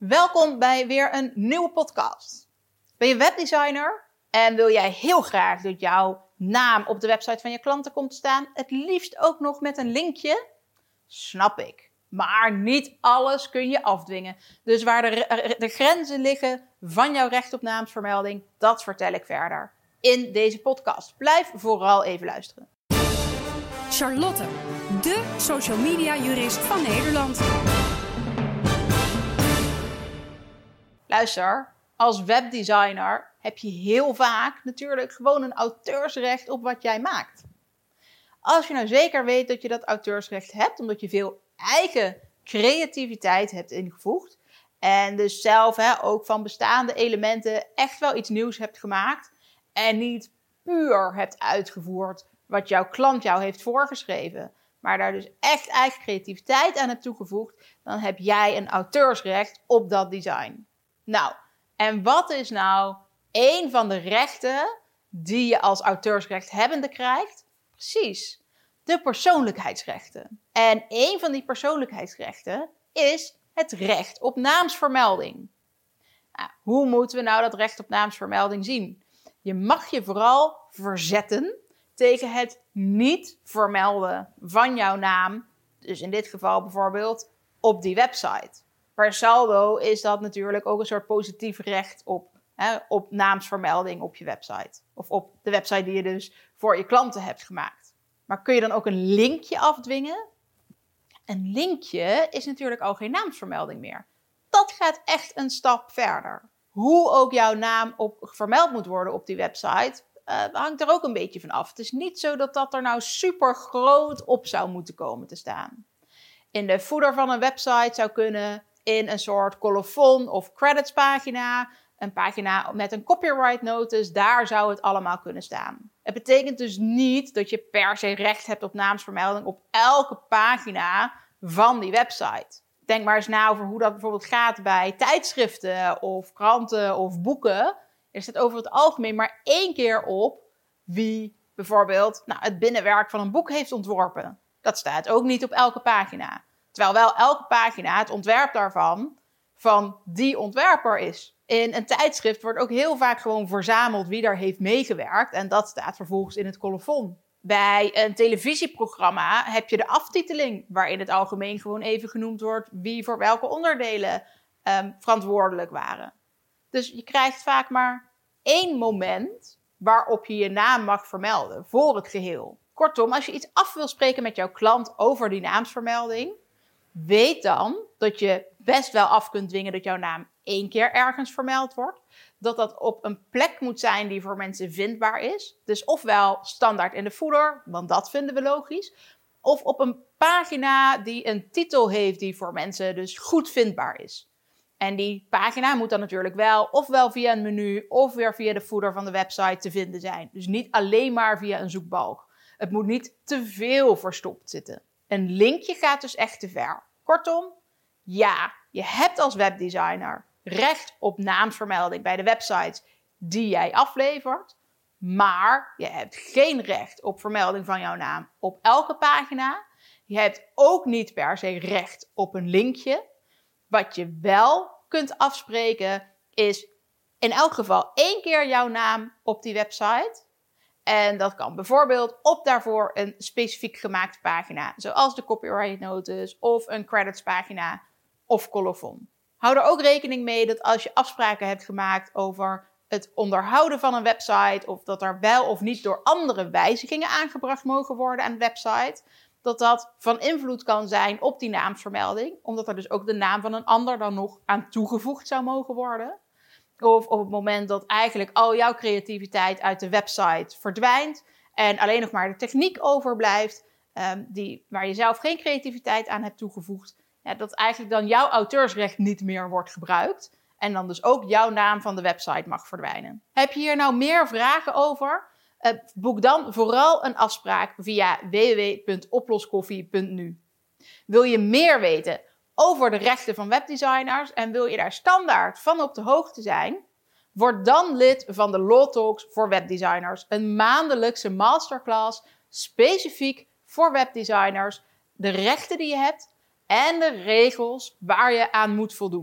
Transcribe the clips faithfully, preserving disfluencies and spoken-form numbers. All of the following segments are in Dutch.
Welkom bij weer een nieuwe podcast. Ben je webdesigner en wil jij heel graag dat jouw naam op de website van je klanten komt te staan? Het liefst ook nog met een linkje? Snap ik. Maar niet alles kun je afdwingen. Dus waar de, de grenzen liggen van jouw recht op naamsvermelding, dat vertel ik verder in deze podcast. Blijf vooral even luisteren. Charlotte, de social media jurist van Nederland. Luister, als webdesigner heb je heel vaak natuurlijk gewoon een auteursrecht op wat jij maakt. Als je nou zeker weet dat je dat auteursrecht hebt, omdat je veel eigen creativiteit hebt ingevoegd en dus zelf hè, ook van bestaande elementen echt wel iets nieuws hebt gemaakt en niet puur hebt uitgevoerd wat jouw klant jou heeft voorgeschreven, maar daar dus echt eigen creativiteit aan hebt toegevoegd, dan heb jij een auteursrecht op dat design. Nou, en wat is nou één van de rechten die je als auteursrechthebbende krijgt? Precies, de persoonlijkheidsrechten. En één van die persoonlijkheidsrechten is het recht op naamsvermelding. Nou, hoe moeten we nou dat recht op naamsvermelding zien? Je mag je vooral verzetten tegen het niet vermelden van jouw naam. Dus in dit geval bijvoorbeeld op die website. Per saldo is dat natuurlijk ook een soort positief recht op, hè, op naamsvermelding op je website. Of op de website die je dus voor je klanten hebt gemaakt. Maar kun je dan ook een linkje afdwingen? Een linkje is natuurlijk al geen naamsvermelding meer. Dat gaat echt een stap verder. Hoe ook jouw naam op, vermeld moet worden op die website, uh, hangt er ook een beetje van af. Het is niet zo dat dat er nou super groot op zou moeten komen te staan. In de footer van een website zou kunnen in een soort colofon of credits pagina, een pagina met een copyright notice, daar zou het allemaal kunnen staan. Het betekent dus niet dat je per se recht hebt op naamsvermelding op elke pagina van die website. Denk maar eens na over hoe dat bijvoorbeeld gaat bij tijdschriften of kranten of boeken. Er staat over het algemeen maar één keer op wie bijvoorbeeld nou, het binnenwerk van een boek heeft ontworpen. Dat staat ook niet op elke pagina. Terwijl wel elke pagina, het ontwerp daarvan, van die ontwerper is. In een tijdschrift wordt ook heel vaak gewoon verzameld wie daar heeft meegewerkt. En dat staat vervolgens in het colofon. Bij een televisieprogramma heb je de aftiteling, waar in het algemeen gewoon even genoemd wordt wie voor welke onderdelen um, verantwoordelijk waren. Dus je krijgt vaak maar één moment waarop je je naam mag vermelden voor het geheel. Kortom, als je iets af wil spreken met jouw klant over die naamsvermelding, weet dan dat je best wel af kunt dwingen dat jouw naam één keer ergens vermeld wordt. Dat dat op een plek moet zijn die voor mensen vindbaar is. Dus ofwel standaard in de footer, want dat vinden we logisch. Of op een pagina die een titel heeft die voor mensen dus goed vindbaar is. En die pagina moet dan natuurlijk wel ofwel via een menu of weer via de footer van de website te vinden zijn. Dus niet alleen maar via een zoekbalk. Het moet niet te veel verstopt zitten. Een linkje gaat dus echt te ver. Kortom, ja, je hebt als webdesigner recht op naamsvermelding bij de websites die jij aflevert. Maar je hebt geen recht op vermelding van jouw naam op elke pagina. Je hebt ook niet per se recht op een linkje. Wat je wel kunt afspreken is in elk geval één keer jouw naam op die website. En dat kan bijvoorbeeld op daarvoor een specifiek gemaakte pagina, zoals de copyright notice of een credits pagina of colofon. Hou er ook rekening mee dat als je afspraken hebt gemaakt over het onderhouden van een website of dat er wel of niet door andere wijzigingen aangebracht mogen worden aan de website, dat dat van invloed kan zijn op die naamsvermelding, omdat er dus ook de naam van een ander dan nog aan toegevoegd zou mogen worden. Of op het moment dat eigenlijk al jouw creativiteit uit de website verdwijnt en alleen nog maar de techniek overblijft, um, die, waar je zelf geen creativiteit aan hebt toegevoegd, ja, dat eigenlijk dan jouw auteursrecht niet meer wordt gebruikt en dan dus ook jouw naam van de website mag verdwijnen. Heb je hier nou meer vragen over? Uh, boek dan vooral een afspraak via w w w punt oploskoffie punt n u. Wil je meer weten over de rechten van webdesigners en wil je daar standaard van op de hoogte zijn? Word dan lid van de Law Talks voor webdesigners. Een maandelijkse masterclass specifiek voor webdesigners. De rechten die je hebt en de regels waar je aan moet voldoen.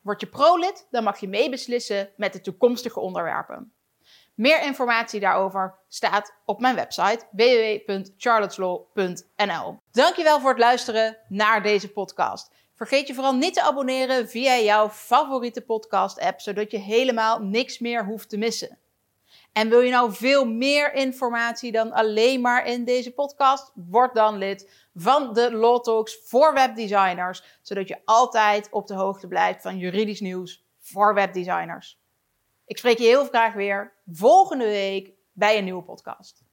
Word je pro-lid, dan mag je meebeslissen met de toekomstige onderwerpen. Meer informatie daarover staat op mijn website w w w punt charlotteslaw punt n l. Dankjewel voor het luisteren naar deze podcast. Vergeet je vooral niet te abonneren via jouw favoriete podcast-app, zodat je helemaal niks meer hoeft te missen. En wil je nou veel meer informatie dan alleen maar in deze podcast? Word dan lid van de Law Talks voor webdesigners, zodat je altijd op de hoogte blijft van juridisch nieuws voor webdesigners. Ik spreek je heel graag weer volgende week bij een nieuwe podcast.